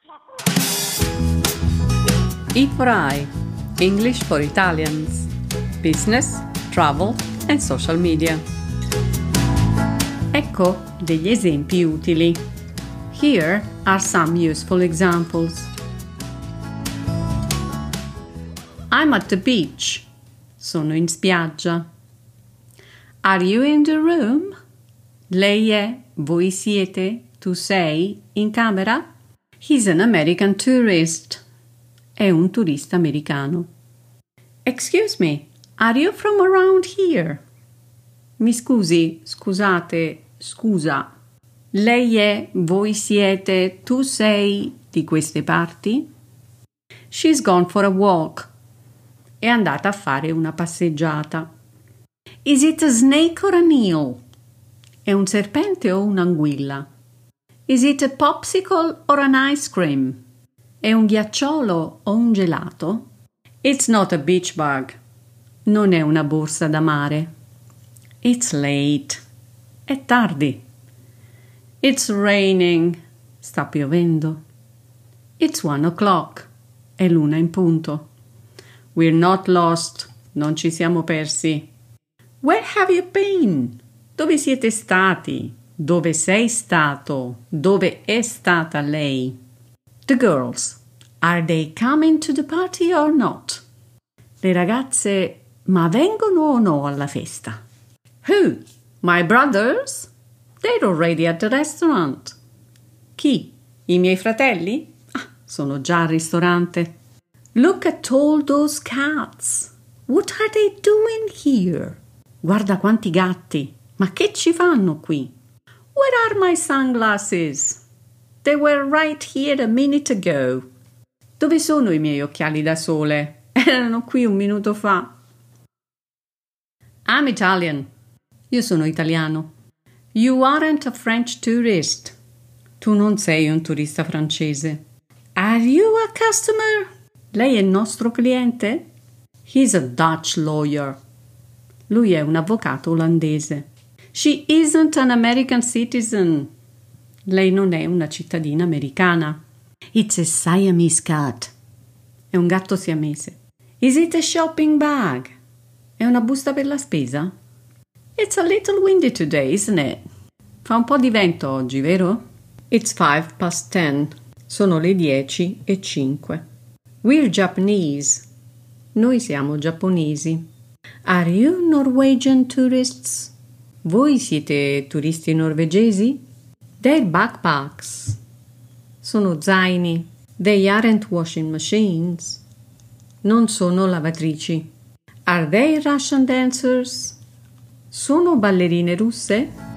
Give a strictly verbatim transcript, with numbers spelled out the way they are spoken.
E for I, English for Italians, business, travel and social media. Ecco degli esempi utili. Here are some useful examples. I'm at the beach. Sono in spiaggia. Are you in the room? Lei è, voi siete, tu sei in camera? He's an American tourist. È un turista americano. Excuse me, are you from around here? Mi scusi, scusate, scusa. Lei è, voi siete, tu sei di queste parti? She's gone for a walk. È andata a fare una passeggiata. Is it a snake or an eel? È un serpente o un'anguilla? Is it a popsicle or an ice cream? È un ghiacciolo o un gelato? It's not a beach bug. Non è una borsa da mare. It's late. È tardi. It's raining. Sta piovendo. It's one o'clock. È l'una in punto. We're not lost. Non ci siamo persi. Where have you been? Dove siete stati? Dove sei stato? Dove è stata lei? The girls. Are they coming to the party or not? Le ragazze, ma vengono o no alla festa? Who? My brothers? They're already at the restaurant. Chi? I miei fratelli? Ah, sono già al ristorante. Look at all those cats. What are they doing here? Guarda quanti gatti. Ma che ci fanno qui? Where are my sunglasses? They were right here a minute ago. Dove sono i miei occhiali da sole? Erano qui un minuto fa. I'm Italian. Io sono italiano. You aren't a French tourist. Tu non sei un turista francese. Are you a customer? Lei è il nostro cliente? He's a Dutch lawyer. Lui è un avvocato olandese. She isn't an American citizen. Lei non è una cittadina americana. It's a Siamese cat. È un gatto siamese. Is it a shopping bag? È una busta per la spesa? It's a little windy today, isn't it? Fa un po' di vento oggi, vero? It's five past ten. Sono le dieci e cinque. We're Japanese. Noi siamo giapponesi. Are you Norwegian tourists? Voi siete turisti norvegesi? They're backpacks. Sono zaini. They aren't washing machines. Non sono lavatrici. Are they Russian dancers? Sono ballerine russe?